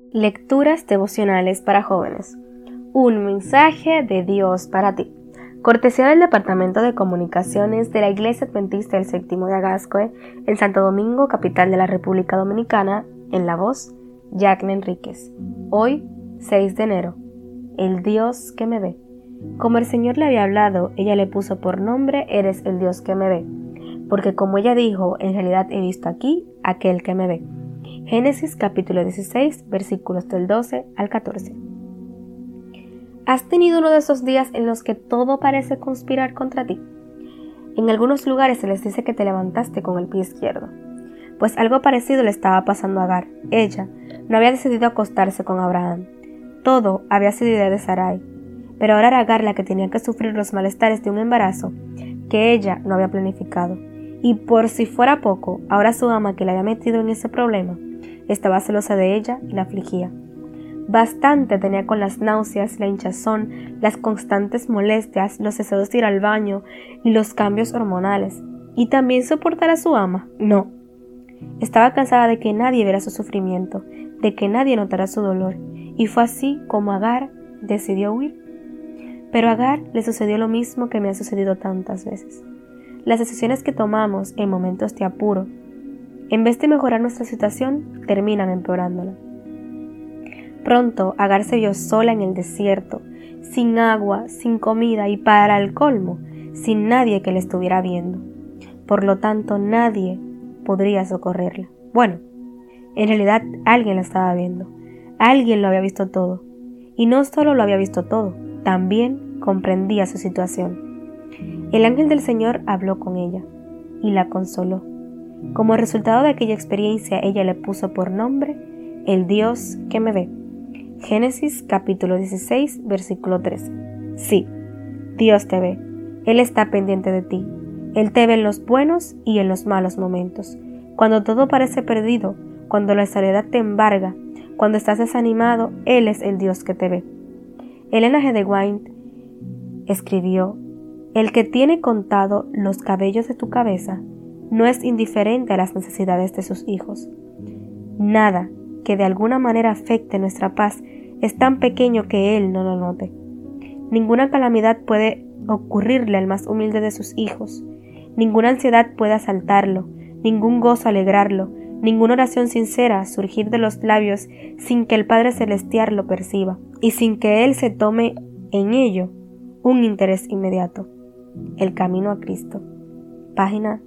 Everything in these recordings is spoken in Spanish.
Lecturas devocionales para jóvenes. Un mensaje de Dios para ti. Cortesía del Departamento de Comunicaciones de la Iglesia Adventista del Séptimo de Agascue, en Santo Domingo, capital de la República Dominicana, en la voz, Jacqueline Enríquez. Hoy, 6 de enero. El Dios que me ve. Como el Señor le había hablado, ella le puso por nombre, eres el Dios que me ve. Porque como ella dijo, en realidad he visto aquí aquel que me ve. Génesis capítulo 16, versículos del 12 al 14. ¿Has tenido uno de esos días en los que todo parece conspirar contra ti? En algunos lugares se les dice que te levantaste con el pie izquierdo. Pues algo parecido le estaba pasando a Agar. Ella no había decidido acostarse con Abraham. Todo había sido idea de Sarai. Pero ahora era Agar la que tenía que sufrir los malestares de un embarazo que ella no había planificado. Y por si fuera poco, ahora su ama que la había metido en ese problema estaba celosa de ella y la afligía. Bastante tenía con las náuseas, la hinchazón, las constantes molestias, los deseos de ir al baño y los cambios hormonales. ¿Y también soportar a su ama? No. Estaba cansada de que nadie viera su sufrimiento, de que nadie notara su dolor, y fue así como Agar decidió huir. Pero a Agar le sucedió lo mismo que me ha sucedido tantas veces. Las decisiones que tomamos en momentos de apuro, en vez de mejorar nuestra situación, terminan empeorándola. Pronto, Agar se vio sola en el desierto, sin agua, sin comida y para el colmo, sin nadie que la estuviera viendo. Por lo tanto, nadie podría socorrerla. Bueno, en realidad alguien la estaba viendo. Alguien lo había visto todo. Y no solo lo había visto todo, también comprendía su situación. El ángel del Señor habló con ella y la consoló. Como resultado de aquella experiencia, ella le puso por nombre el Dios que me ve. Génesis capítulo 16, versículo 13. Sí, Dios te ve. Él está pendiente de ti. Él te ve en los buenos y en los malos momentos. Cuando todo parece perdido, cuando la soledad te embarga, cuando estás desanimado, Él es el Dios que te ve. Elena G. de White escribió: el que tiene contado los cabellos de tu cabeza no es indiferente a las necesidades de sus hijos. Nada que de alguna manera afecte nuestra paz es tan pequeño que Él no lo note. Ninguna calamidad puede ocurrirle al más humilde de sus hijos. Ninguna ansiedad puede asaltarlo, ningún gozo alegrarlo, ninguna oración sincera surgir de los labios sin que el Padre Celestial lo perciba y sin que Él se tome en ello un interés inmediato. El camino a Cristo. Página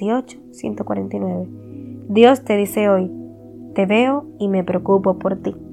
148-149. Dios te dice hoy: te veo y me preocupo por ti.